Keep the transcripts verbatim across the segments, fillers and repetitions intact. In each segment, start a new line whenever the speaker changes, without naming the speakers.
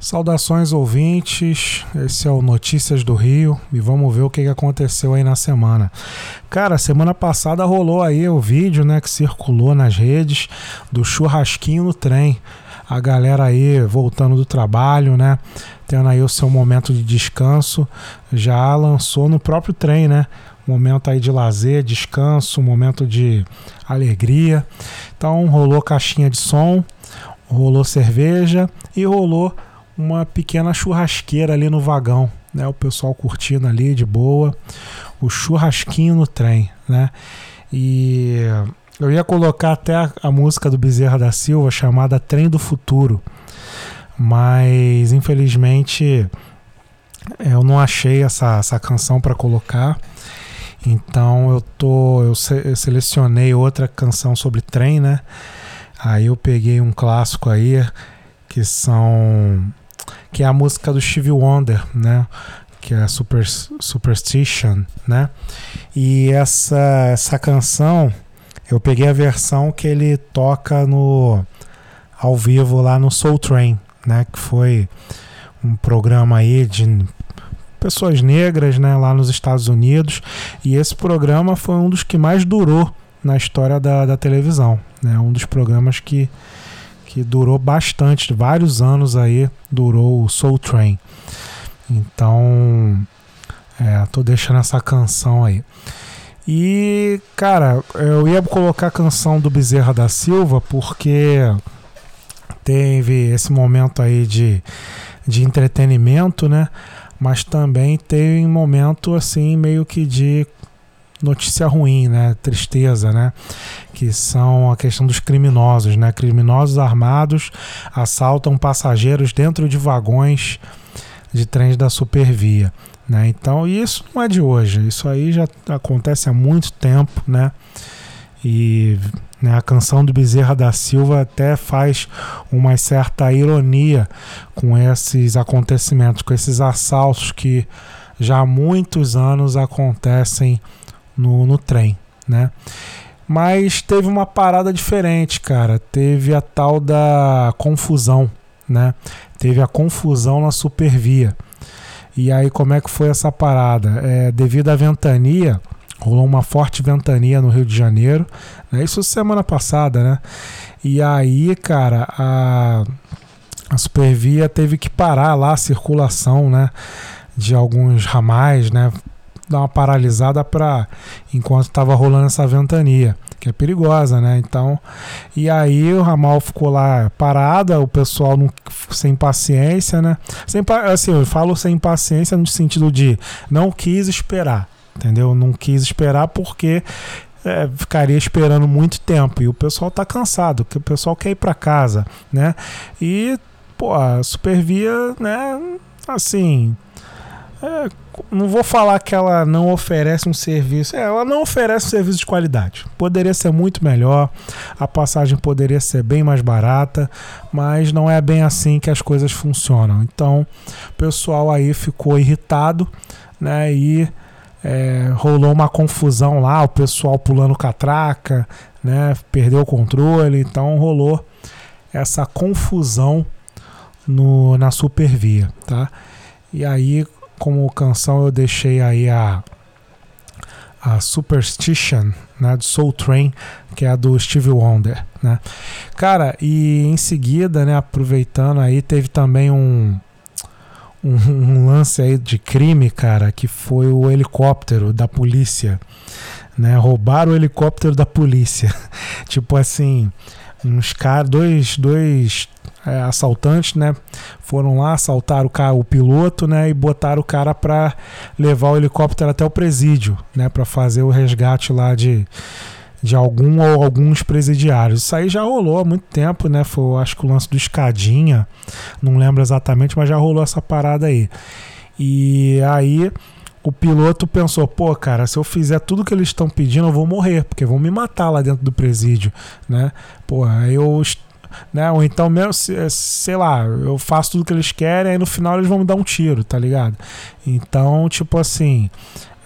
Saudações ouvintes, esse é o Notícias do Rio e vamos ver o que aconteceu aí na semana. Cara, semana passada rolou aí o vídeo, né, que circulou nas redes do churrasquinho no trem. A galera aí voltando do trabalho, né, tendo aí o seu momento de descanso, já lançou no próprio trem, né, momento aí de lazer, descanso, momento de alegria. Então rolou caixinha de som, rolou cerveja e rolou uma pequena churrasqueira ali no vagão, né? O pessoal curtindo ali de boa, o churrasquinho no trem, né? E eu ia colocar até a, a música do Bezerra da Silva chamada Trem do Futuro, mas infelizmente eu não achei essa, essa canção para colocar. Então eu tô eu, se, eu selecionei outra canção sobre trem, né? Aí eu peguei um clássico aí que são que é a música do Stevie Wonder, né? Que é a Super, Superstition, né? E essa essa canção eu peguei a versão que ele toca no ao vivo lá no Soul Train, né? Que foi um programa aí de pessoas negras, né, lá nos Estados Unidos, e esse programa foi um dos que mais durou na história da, da televisão, né, um dos programas que, que durou bastante, vários anos aí durou o Soul Train. Então, é, tô deixando essa canção aí. E, cara, eu ia colocar a canção do Bezerra da Silva porque teve esse momento aí de, de entretenimento, né, mas também teve um momento assim meio que de notícia ruim, né, tristeza, né, que são a questão dos criminosos, né, criminosos armados assaltam passageiros dentro de vagões de trens da Supervia, né, então isso não é de hoje, isso aí já acontece há muito tempo, né, e né, a canção do Bezerra da Silva até faz uma certa ironia com esses acontecimentos, com esses assaltos que já há muitos anos acontecem no, no trem, né? Mas teve uma parada diferente, cara. Teve a tal da confusão, né? Teve a confusão na Supervia. E aí como é que foi essa parada? É, devido à ventania, rolou uma forte ventania no Rio de Janeiro, né? Isso semana passada, né? E aí, cara, a, a Supervia teve que parar lá a circulação, né, de alguns ramais, né? Dar uma paralisada para enquanto estava rolando essa ventania, que é perigosa, né? Então, e aí o ramal ficou lá parado, o pessoal não, sem paciência, né? Sem, assim, eu falo sem paciência no sentido de não quis esperar. Entendeu? Não quis esperar porque é, ficaria esperando muito tempo e o pessoal tá cansado, porque o pessoal quer ir para casa, né? E, pô, a Supervia, né, assim, é, não vou falar que ela não oferece um serviço, é, ela não oferece um serviço de qualidade, poderia ser muito melhor, a passagem poderia ser bem mais barata, mas não é bem assim que as coisas funcionam. Então, o pessoal aí ficou irritado, né, e É, rolou uma confusão lá, o pessoal pulando catraca, né, perdeu o controle, então rolou essa confusão no, na Supervia, tá? E aí, como canção, eu deixei aí a, a Superstition, né, do Soul Train, que é a do Stevie Wonder, né? Cara, e em seguida, né, aproveitando aí, teve também um Um, um lance aí de crime, cara, que foi o helicóptero da polícia, né? Roubaram o helicóptero da polícia. Tipo assim, uns caras, dois, dois é, assaltantes, né? Foram lá, assaltaram o, cara, o piloto, né? E botaram o cara pra levar o helicóptero até o presídio, né? Pra fazer o resgate lá de de algum ou alguns presidiários. Isso aí já rolou há muito tempo, né? Foi, acho que o lance do Escadinha, não lembro exatamente, mas já rolou essa parada aí. E aí o piloto pensou, pô, cara, se eu fizer tudo que eles estão pedindo, eu vou morrer, porque vão me matar lá dentro do presídio, né? Pô, aí eu, né? Ou então mesmo, sei lá, eu faço tudo que eles querem, aí no final eles vão me dar um tiro, tá ligado? Então, tipo assim,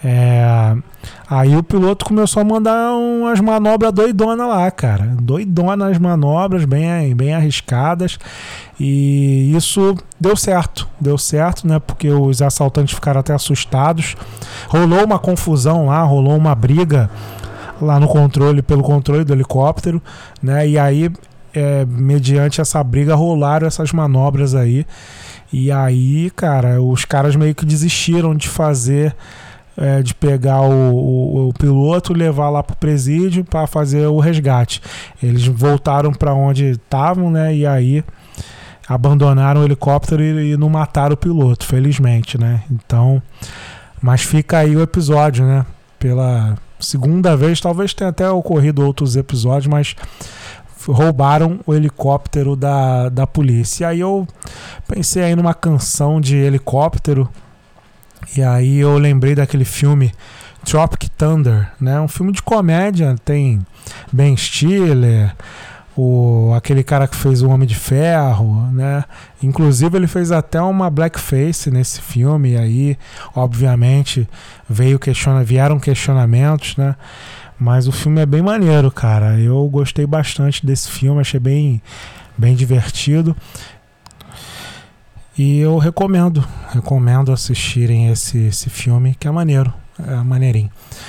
É, aí o piloto começou a mandar umas manobras doidonas lá, cara. Doidonas manobras, bem, bem arriscadas. E isso deu certo. Deu certo, né? Porque os assaltantes ficaram até assustados. Rolou uma confusão lá, rolou uma briga lá no controle, pelo controle do helicóptero, né? E aí, é, mediante essa briga, rolaram essas manobras aí. E aí, cara, os caras meio que desistiram de fazer... É, de pegar o, o, o piloto e levar lá pro presídio para fazer o resgate. Eles voltaram para onde estavam, né? E aí abandonaram o helicóptero e, e não mataram o piloto, felizmente, né? Então, mas fica aí o episódio, né? Pela segunda vez, talvez tenha até ocorrido outros episódios, mas roubaram o helicóptero da, da polícia. E aí eu pensei aí numa canção de helicóptero. E aí eu lembrei daquele filme Tropic Thunder, né? Um filme de comédia, tem Ben Stiller, o, aquele cara que fez o Homem de Ferro, né? Inclusive ele fez até uma blackface nesse filme, e aí obviamente veio questiona, vieram questionamentos, né? Mas o filme é bem maneiro, cara. Eu gostei bastante desse filme, achei bem, bem divertido. E eu recomendo, recomendo assistirem esse, esse filme, que é maneiro, é maneirinho.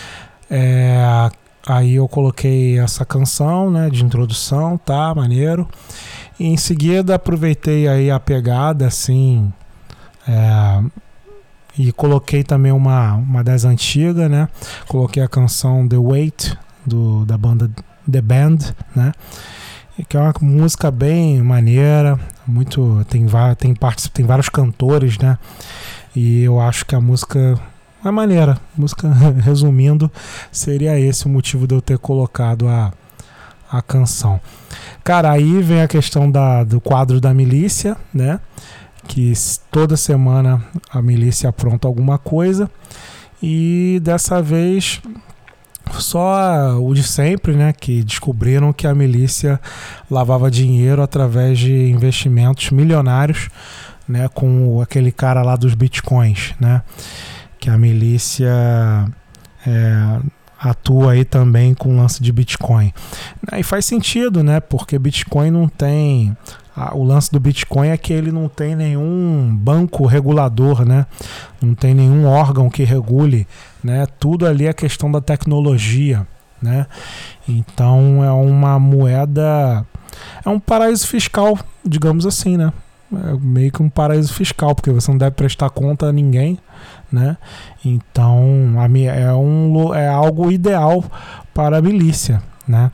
É, aí eu coloquei essa canção, né, de introdução, tá, maneiro. E em seguida aproveitei aí a pegada, assim, é, e coloquei também uma, uma das antigas, né, coloquei a canção The Weight, do, da banda The Band, né, que é uma música bem maneira, muito, tem, tem, parte, tem vários cantores, né? E eu acho que a música é maneira. Música, resumindo, seria esse o motivo de eu ter colocado a, a canção. Cara, aí vem a questão da, do quadro da milícia, né? Que toda semana a milícia apronta alguma coisa. E dessa vez... só o de sempre, né, que descobriram que a milícia lavava dinheiro através de investimentos milionários, né, com aquele cara lá dos bitcoins, né, que a milícia é, atua aí também com o lance de bitcoin. E faz sentido, né, porque bitcoin não tem... O lance do Bitcoin é que ele não tem nenhum banco regulador, né? Não tem nenhum órgão que regule, né? Tudo ali é questão da tecnologia, né? Então é uma moeda, é um paraíso fiscal, digamos assim, né? É meio que um paraíso fiscal, porque você não deve prestar conta a ninguém, né? Então é, um, é algo ideal para a milícia, né?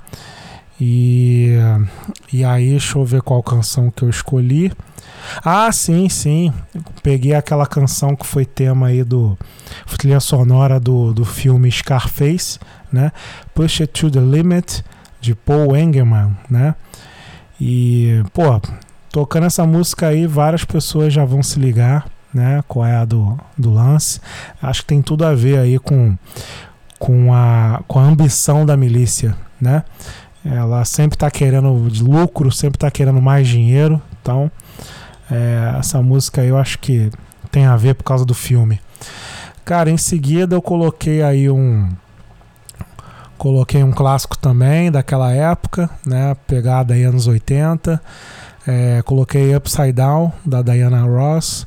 E, e aí, deixa eu ver qual canção que eu escolhi. Ah, sim, sim. Peguei aquela canção que foi tema aí do trilha sonora do, do filme Scarface, né? Push It to the Limit, de Paul Engelman, né? E, pô, tocando essa música aí, várias pessoas já vão se ligar, né? Qual é a do, do lance. Acho que tem tudo a ver aí com, com, a, com a ambição da milícia, né? Ela sempre está querendo lucro, sempre está querendo mais dinheiro. Então, é, essa música aí eu acho que tem a ver por causa do filme. Cara, em seguida eu coloquei aí um... Coloquei um clássico também daquela época, né? Pegada aí anos oitenta. É, coloquei Upside Down, da Diana Ross.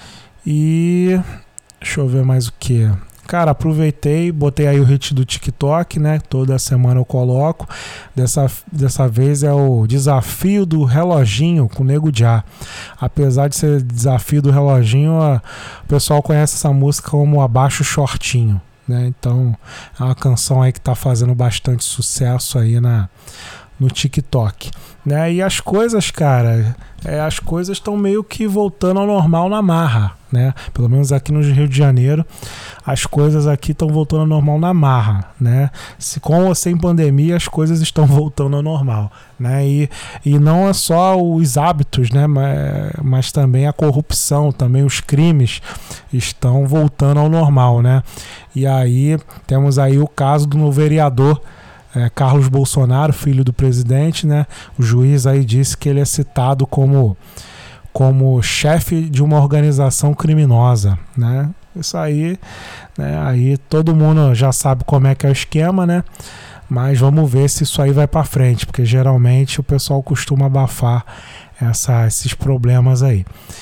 E... deixa eu ver mais o que... Cara, aproveitei, botei aí o hit do TikTok, né? Toda semana eu coloco. Dessa, dessa vez é o Desafio do Reloginho com o Nego Jah. Apesar de ser Desafio do Reloginho, a, o pessoal conhece essa música como Abaixa o Shortinho, né? Então é uma canção aí que tá fazendo bastante sucesso aí na, no TikTok, né? E as coisas, cara, é, as coisas estão meio que voltando ao normal na marra, né? Pelo menos aqui no Rio de Janeiro, as coisas aqui estão voltando ao normal na marra, né? Se com ou sem pandemia, as coisas estão voltando ao normal, né? E, e não é só os hábitos, né? Mas, mas também a corrupção, também os crimes estão voltando ao normal, né? E aí temos aí o caso do vereador É, Carlos Bolsonaro, filho do presidente, né? O juiz aí disse que ele é citado como, como chefe de uma organização criminosa, né? isso aí, né? Aí todo mundo já sabe como é que é o esquema, né? Mas vamos ver se isso aí vai para frente, porque geralmente o pessoal costuma abafar essa, esses problemas aí.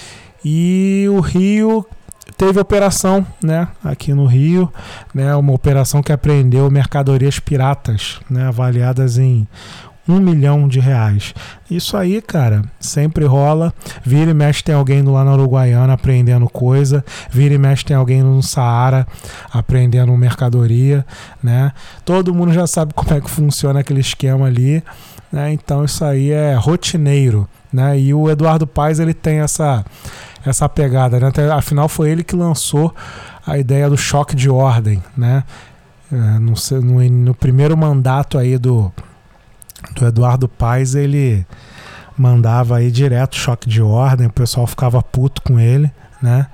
E o Rio teve operação, né, aqui no Rio, né, uma operação que apreendeu mercadorias piratas, né, avaliadas em um milhão de reais. Isso aí, cara, sempre rola. Vira e mexe tem alguém lá na Uruguaiana apreendendo coisa. Vira e mexe tem alguém no Saara apreendendo mercadoria, né? Todo mundo já sabe como é que funciona aquele esquema ali, né? Então isso aí é rotineiro, né? E o Eduardo Paes, ele tem essa essa pegada, né? Até, afinal foi ele que lançou a ideia do choque de ordem, né? É, no, no, no primeiro mandato aí do do Eduardo Paes, ele mandava aí direto choque de ordem, o pessoal ficava puto com ele, né?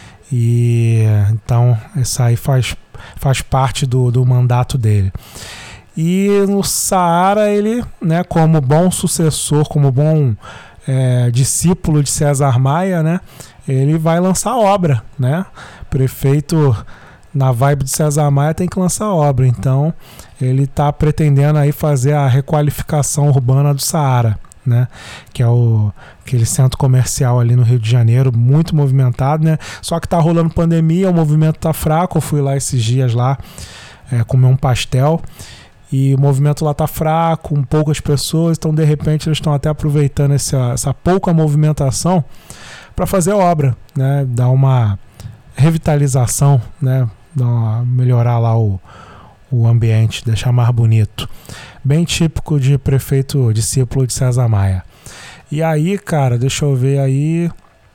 E então isso aí faz, faz parte do, do mandato dele. E no Saara, ele, né, como bom sucessor, como bom é, discípulo de César Maia, né, ele vai lançar obra, né? Prefeito na vibe de César Maia tem que lançar obra, então ele está pretendendo aí fazer a requalificação urbana do Saara, né? Que é o, aquele centro comercial ali no Rio de Janeiro, muito movimentado, né? Só que tá rolando pandemia, o movimento tá fraco. Eu fui lá esses dias lá é, comer um pastel e o movimento lá tá fraco, com poucas pessoas, então de repente eles estão até aproveitando essa, essa pouca movimentação para fazer obra, né? Dar uma revitalização, né? Dar uma, melhorar lá o o ambiente, deixar mais bonito. Bem típico de prefeito discípulo de César Maia. E aí, cara, deixa eu ver aí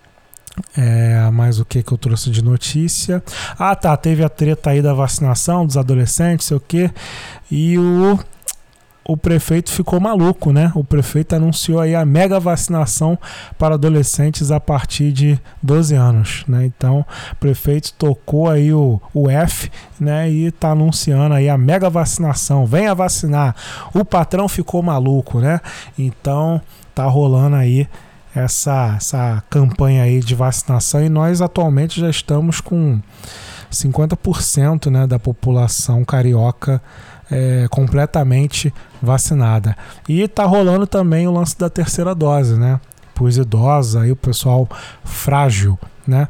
é, mais o que que eu trouxe de notícia. Ah, tá, teve a treta aí da vacinação dos adolescentes, sei o quê, e o o prefeito ficou maluco, né? O prefeito anunciou aí a mega vacinação para adolescentes a partir de doze anos, né? Então, o prefeito tocou aí o, o F, né? E tá anunciando aí a mega vacinação. Venha vacinar. O patrão ficou maluco, né? Então, tá rolando aí essa, essa campanha aí de vacinação e nós atualmente já estamos com cinquenta por cento, né, da população carioca É, completamente vacinada. E tá rolando também o lance da terceira dose, né? Para os idosos, aí o pessoal frágil, né?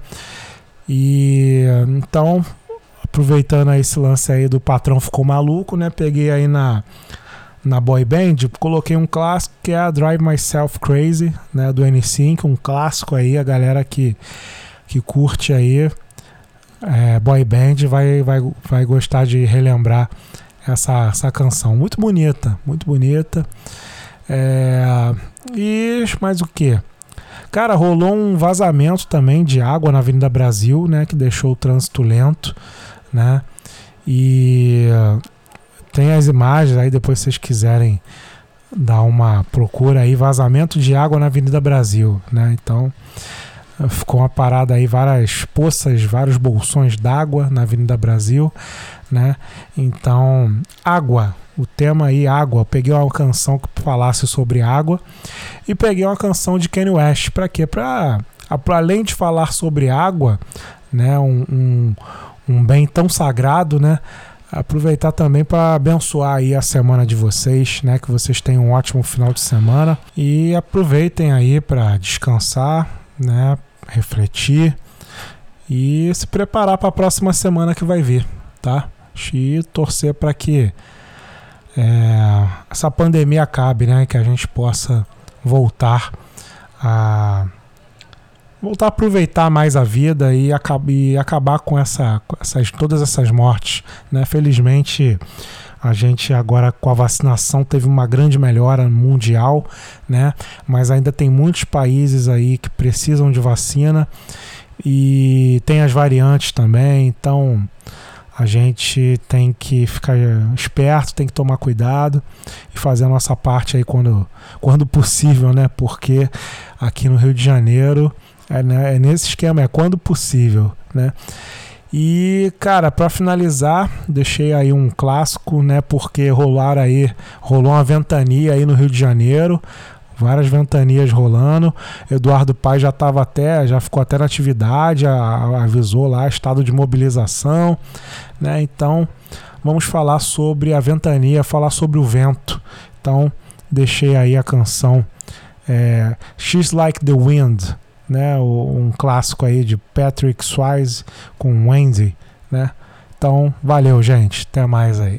E então, aproveitando aí esse lance aí do patrão ficou maluco, né? Peguei aí na, na boy band, coloquei um clássico que é a Drive Myself Crazy, né? Do N Sync, um clássico aí, a galera que, que curte aí é, boy band vai, vai, vai gostar de relembrar Essa, essa canção, muito bonita, muito bonita. É, e mais o que? Cara, rolou um vazamento também de água na Avenida Brasil, né, que deixou o trânsito lento, né? E tem as imagens aí, depois se vocês quiserem dar uma procura aí, vazamento de água na Avenida Brasil, né? Então ficou uma parada aí, várias poças, vários bolsões d'água na Avenida Brasil, né? Então, água, o tema aí, água. Eu peguei uma canção que falasse sobre água e peguei uma canção de Kanye West. Para quê? Para além de falar sobre água, né? Um, um, um bem tão sagrado, né? Aproveitar também para abençoar aí a semana de vocês, né? Que vocês tenham um ótimo final de semana e aproveitem aí para descansar, né? Refletir e se preparar para a próxima semana que vai vir, tá? E torcer para que é, essa pandemia acabe, né? Que a gente possa voltar a voltar a aproveitar mais a vida e, acab- e acabar com essa, com essas, todas essas mortes, né? Felizmente a gente agora com a vacinação teve uma grande melhora mundial, né? Mas ainda tem muitos países aí que precisam de vacina e tem as variantes também, então a gente tem que ficar esperto, tem que tomar cuidado e fazer a nossa parte aí quando, quando possível, né? Porque aqui no Rio de Janeiro é, né, é nesse esquema, é quando possível, né? E, cara, para finalizar, deixei aí um clássico, né? Porque rolar aí, rolou uma ventania aí no Rio de Janeiro, várias ventanias rolando. Eduardo Paes já estava até, já ficou até na atividade, a, a, avisou lá estado de mobilização, né? Então vamos falar sobre a ventania, falar sobre o vento. Então deixei aí a canção é, She's Like the Wind, né? Um clássico aí de Patrick Swayze com Wendy, né? Então valeu, gente, até mais aí.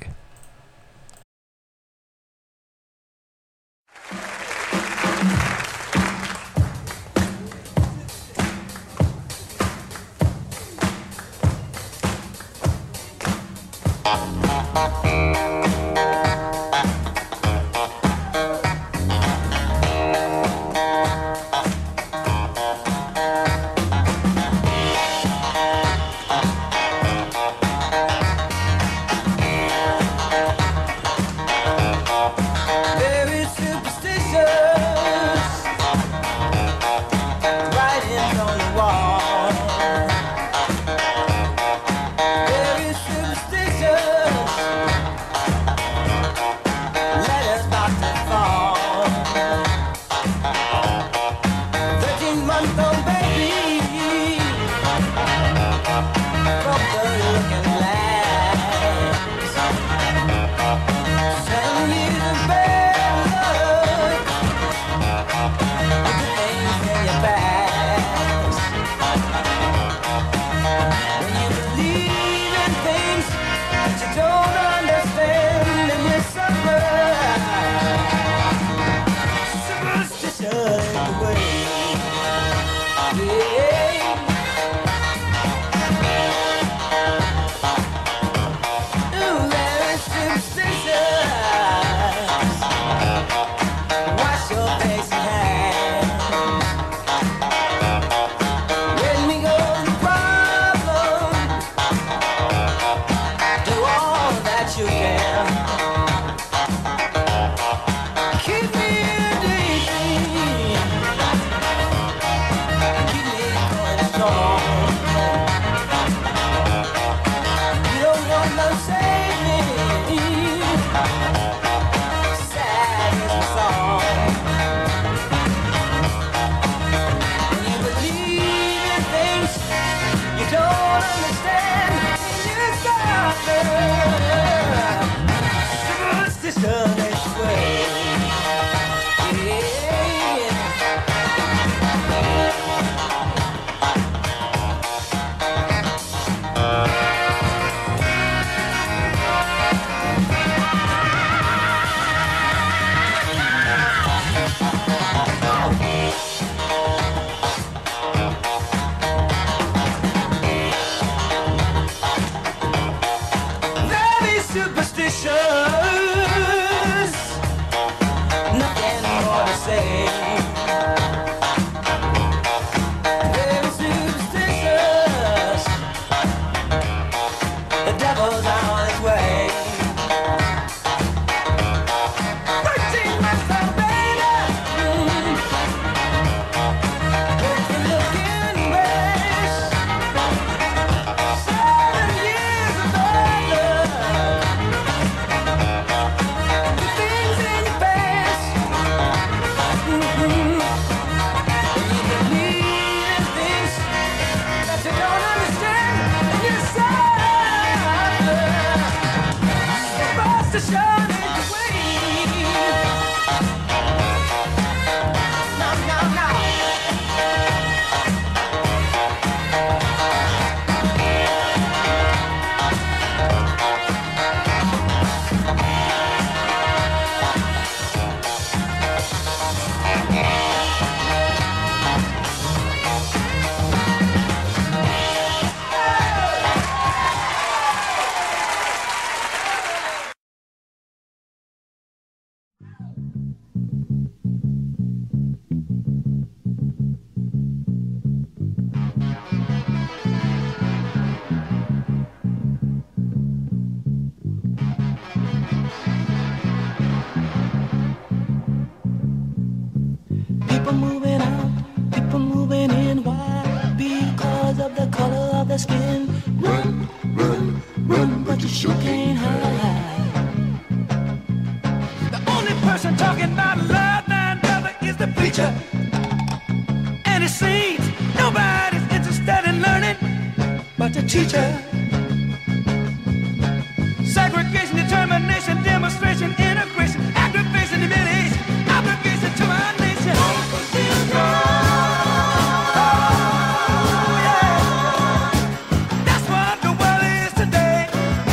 Talking about love, none other is the teacher, and it seems nobody's interested in learning but the teacher. Segregation, determination, demonstration, integration, aggravation, humiliation, obligation to my nation. Oh, yeah. That's what the world is today.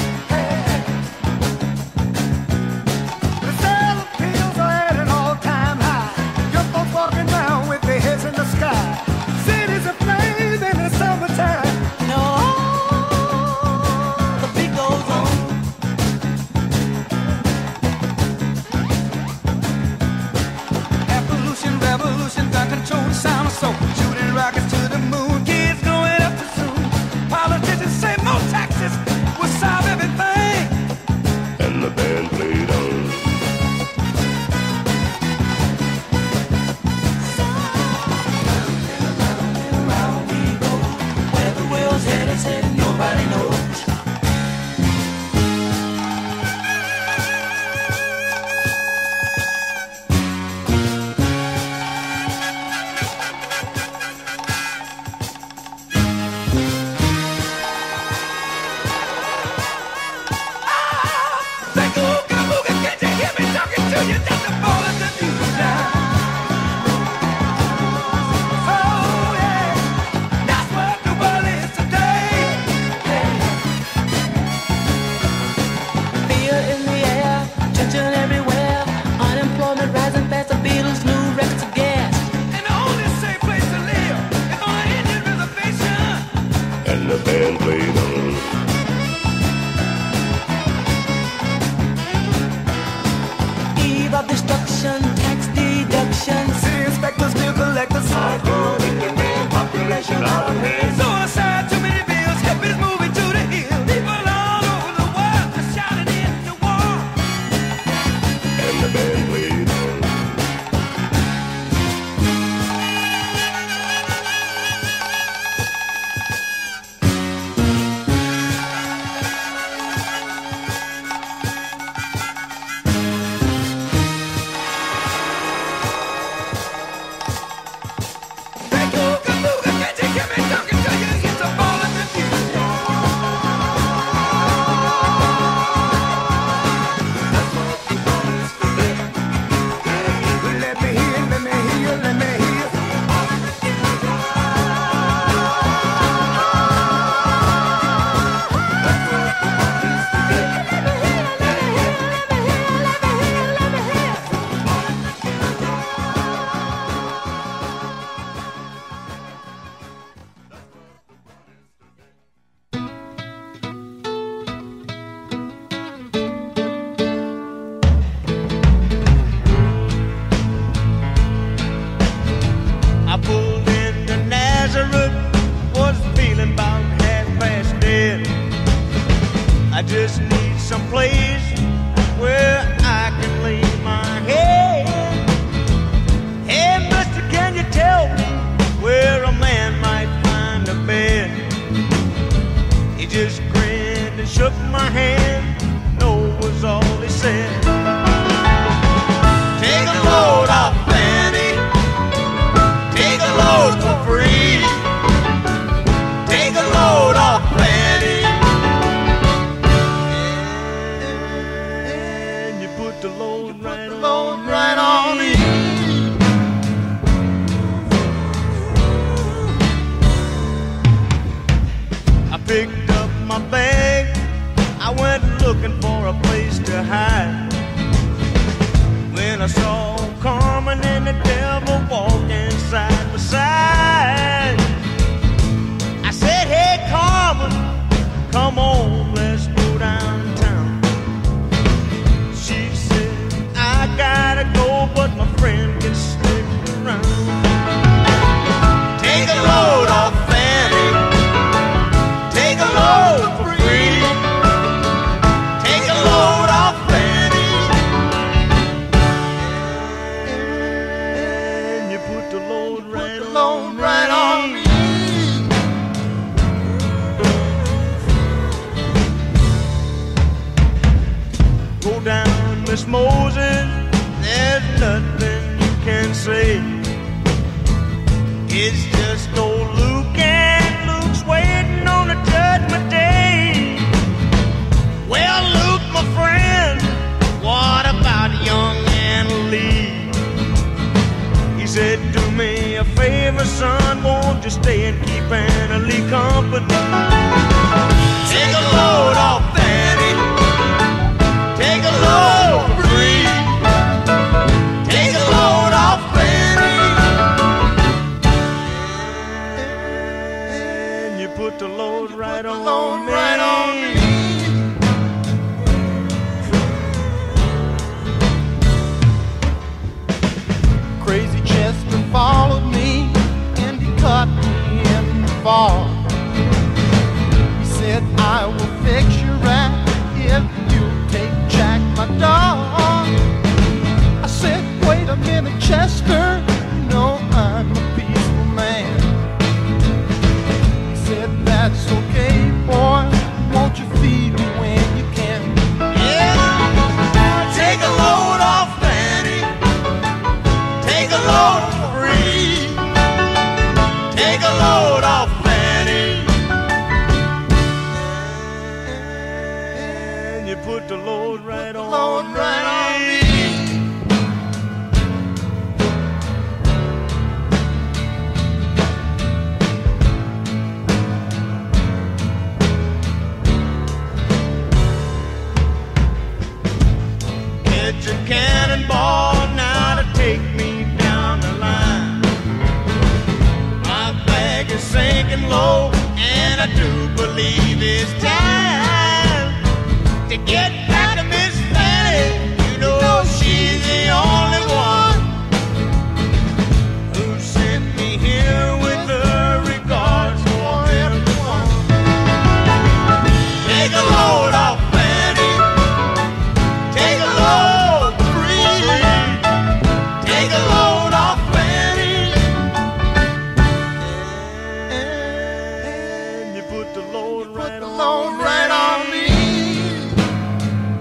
The sale of pills are at an all-time high. Young folks walking around with their heads in the sky. Cities aflame in the summertime. No, the beat goes on. Evolution, revolution, gun control, the sound of soul. Shooting rockets to the moon, kids growing up too soon. Politicians say more taxes will solve everything.
And the band played on.
Round we go, where the world's headed, said nobody knows. Like ooga booga, can't you hear me talking to you? That's the ball of the future. Oh yeah, that's what the world is today. Fear in the air, tension everywhere. Unemployment rising fast, the Beatles' new records of gas. And the only safe place to live is on an Indian reservation.
And the band played on.
Eve of destruction, tax deduction. City inspectors, bill collectors. Population out of hand. Suicide, too many bills. Hippies moving to the hill. People all over the world are shouting in the war.
And the band played on.
Like ooga booga, can't you hear me talking to you? It's a ball of the future. Let me hear, let me hear, let me hear.
I pulled into Nazareth, was feeling about half past dead. I just need some place where I can lay my head. Hey, mister, can you tell me where a man might find a bed? He just grinned and shook my hand, no was all he said. Take a load off, Fanny. Take a load for free. Take a load off, Fanny. And you put the load right on, right on me. I picked up my bag. I went looking for a place to hide. When I saw Carmen and the devil walking side by side, I said, hey Carmen, come on, let's go downtown. She said, I gotta go, but my friend can stick around. Take a load off, Fanny. Take a load for free. Take a load off, Fanny. And you put the load right on, right on me. Go down, Miss Moses, there's nothing you can say. It's just old Luke, and Luke's waiting on the judgment day. Well, Luke, my friend, what about young Anna Lee? He said, do me a favor, son, won't you stay and keep Anna Lee company? Take a load off Fanny, take a load free, take a load off Fanny, and you put the load right on me. Right on me.
Crazy Chester followed me and he cut me in the fall. He said, I will fix your rat if you take Jack, my dog. I said, wait a minute, Chester, you know I'm a peaceful man. He said, that's okay, boy, won't you feed me when you can?
Yeah, take a load off Fanny, take a load free, take a load off Fanny, and you put the load right on
Load right on me.
Get your cannonball now to take me down the line. My bag is sinking low, and I do believe it's time to get back to Miss Fanny. You know she's the only one who sent me here with her regards for everyone. Take a load off Fanny, take a load free, take a load off Fanny, and you put the load right
Put the
on
load
me.
right on me.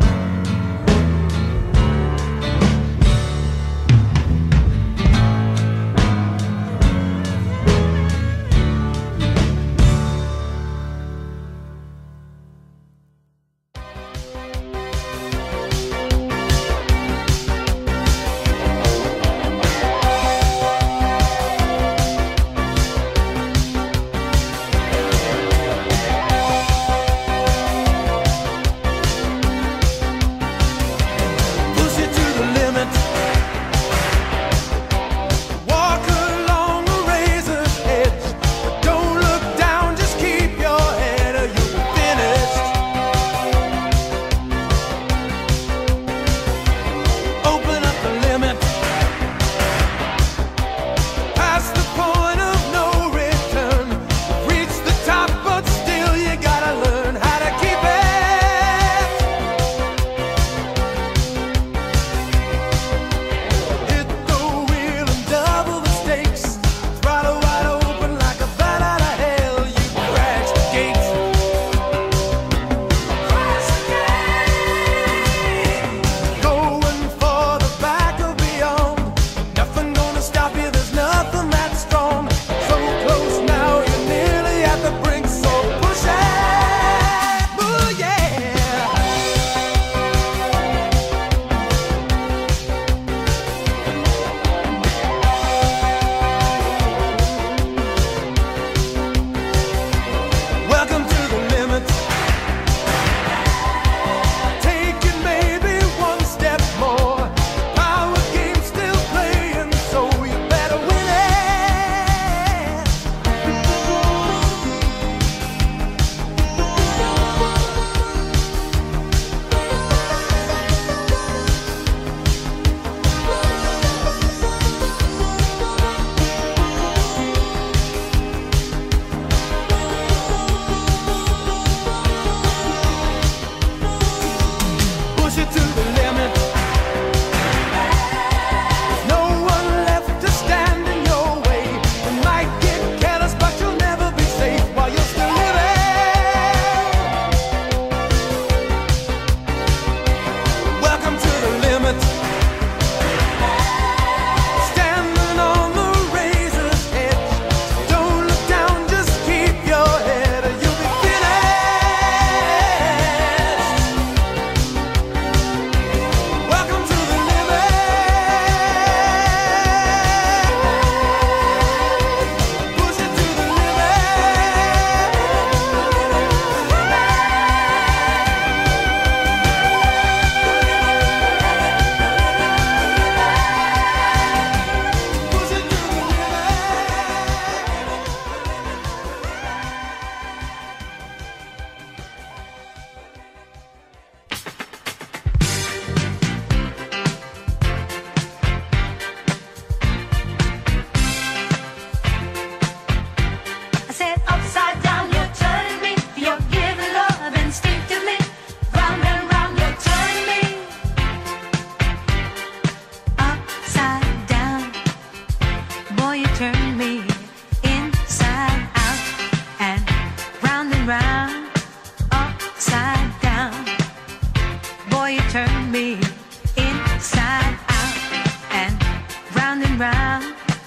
Boy, you turn me inside out and round and round.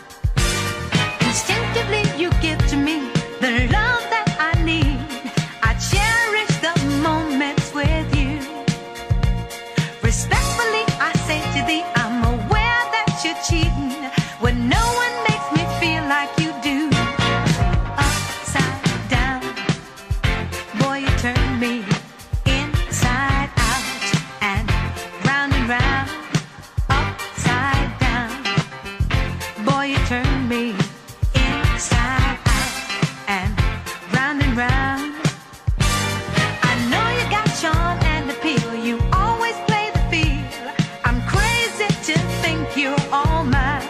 Instinctively you give to me the love that I need. I cherish the moments with you. Respectfully I say to thee, I'm aware that you're cheating when no one makes me feel like you do. Upside down, boy, you turn me inside out and round and round. Upside down, boy, you turn me inside out and round and round. I know you got charm and appeal, you always play the field. I'm crazy to think you're all mine.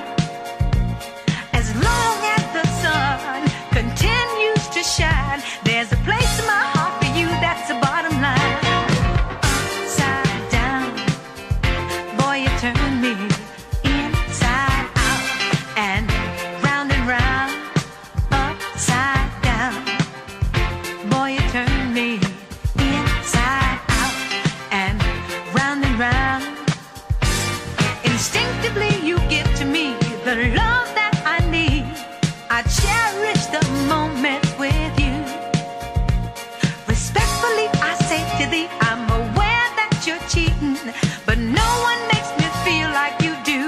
As long as the sun continues to shine, there's a place in my heart for you, that's the bottom line. Upside down, boy, you turn me inside out and round and round. Upside down, boy, you turn me inside out and round and round. Instinctively you give to me the love that I need. I cherish the moments with you. Respectfully I say to thee, I'm aware that you're cheating, but no one makes me feel like you do.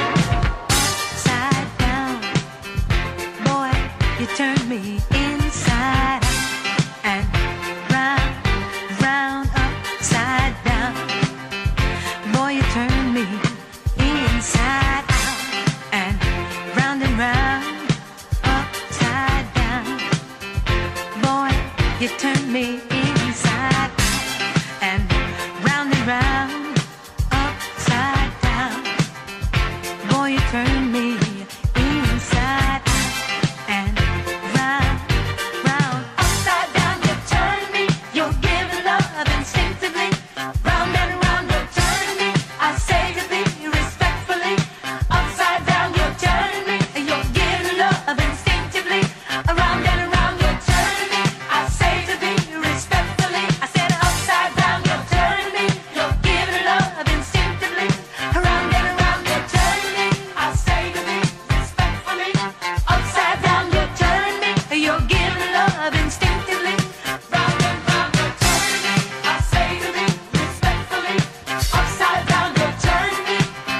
Upside down, boy, you turn me inside out and round, round, upside down. Boy, you turn me inside out and round and round. Upside down, boy, you turn me inside out and round and round. Upside down, boy, you turn me inside out and round, round. Upside down, you turn me, you're giving love instinctively. Round and round, you turn me, I say to thee respectfully. Upside down, you turn me, you're giving love instinctively. Around and around, you turn me, I say to thee respectfully. I said upside down, you turn me, you're giving love instinctively. Around and around, you turn me, I say to thee respectfully. Upside down, you turn me, you're giving love instinctively. Round and round, you turn me, I say to thee respectfully. Upside down, you turn me.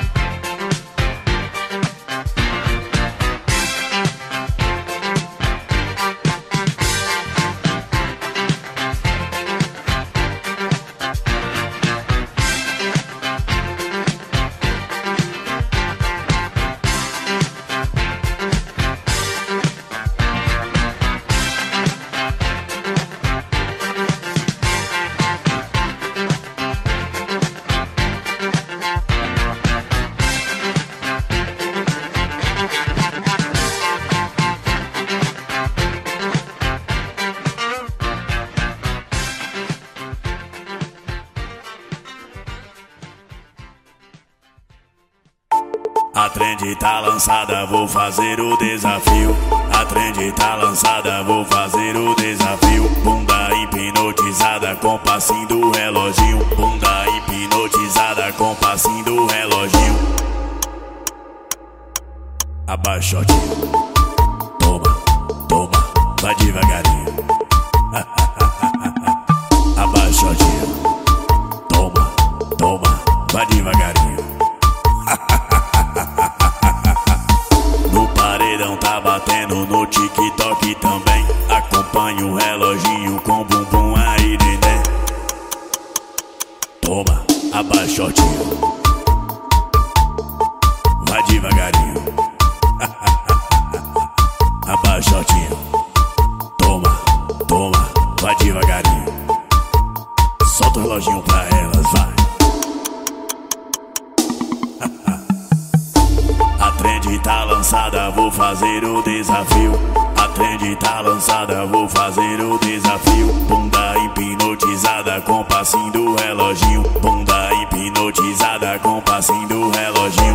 A trend tá lançada, vou fazer o desafio. A trend tá lançada, vou fazer o desafio. Bunda hipnotizada com passinho do reloginho. Bunda hipnotizada com passinho do reloginho. Abaixa o tio. Toma, toma, vai devagarinho. Abaixa o tio. Toma, toma, vai devagarinho. No paredão tá batendo, no TikTok também. Acompanha o reloginho com bumbum aí, neném. Toma, abaixa o tio. Vai devagarinho. Abaixa o tio. Toma, toma, vai devagarinho. Solta o reloginho pra elas, vai. A trend tá lançada, vou fazer o desafio. A trend tá lançada, vou fazer o desafio. Bunda hipnotizada com passinho do reloginho. Bunda hipnotizada com passinho do reloginho.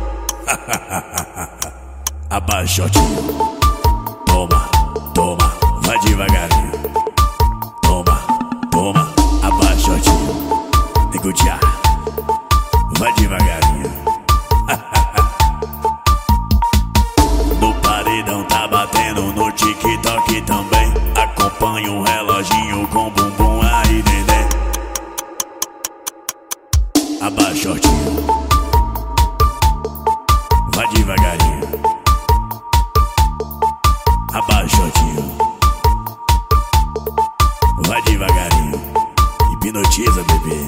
Abaixa o tio. Toma, toma, vai devagarinho. Toma, toma, abaixa o tio. Tem que odiar. abaixa shortinho. Vai devagarinho. Abaixa shortinho. Vai devagarinho. Hipnotiza, bebê.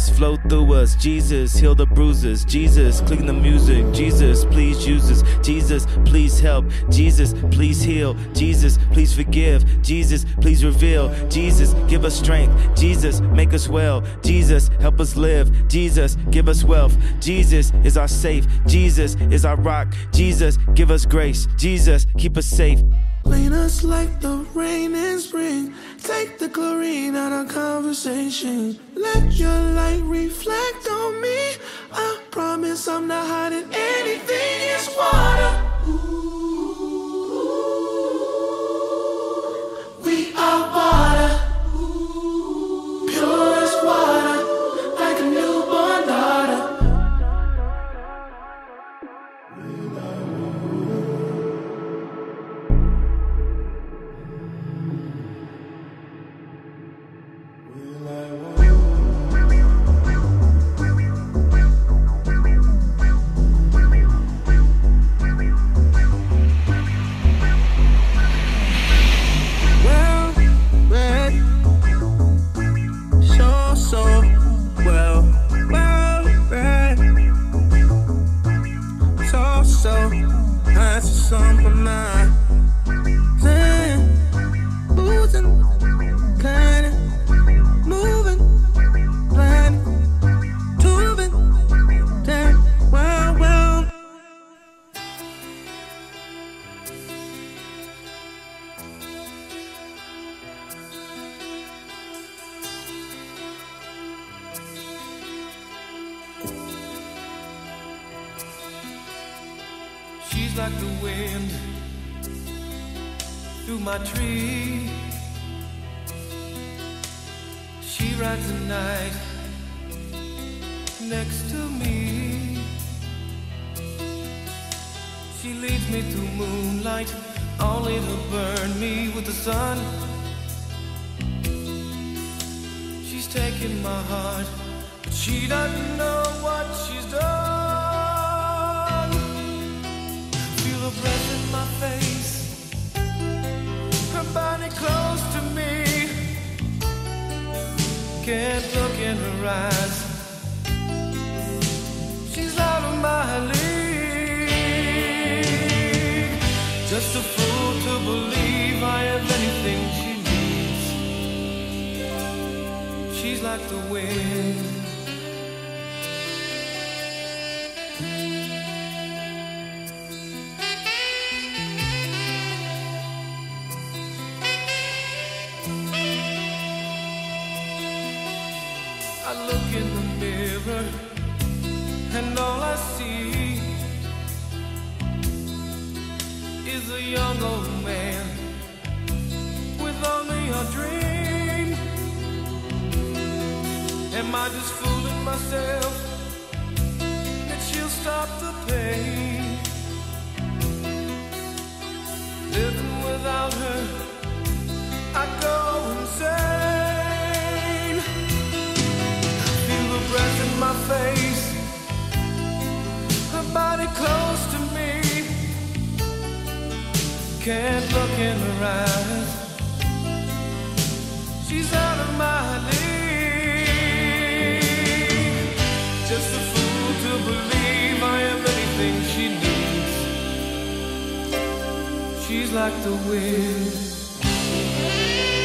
Jesus, flow through us. Jesus, heal the bruises. Jesus, click the music. Jesus, please use us. Jesus, please help. Jesus, please heal. Jesus, please forgive. Jesus, please reveal. Jesus, give us strength. Jesus, make us well. Jesus, help us live. Jesus, give us wealth. Jesus is our safe. Jesus is our rock. Jesus, give us grace. Jesus, keep us safe.
Clean us like the rain in spring. Take the chlorine out of conversation. Let your light reflect on me. I promise I'm not hiding anything. It's water. We are water. Pure as water, like a newborn daughter.
She's like the wind through my tree. She rides the night next to me. She leads me through moonlight, only to burn me with the sun. She's taken my heart, but she doesn't know what she's done. Feel her breath in my face, her body close to me. Can't look in her eyes, she's out of my league. Just a fool to believe I have anything she needs. She's like the wind. I look in the mirror and all I see is a young old man with only a dream. Am I just fooling myself that she'll stop the pain? Living without her, I go insane. Feel the breath in my face, her body close to me. Can't look in her eyes, she's out of my league. Just a fool to believe I am anything she needs. She's like the wind.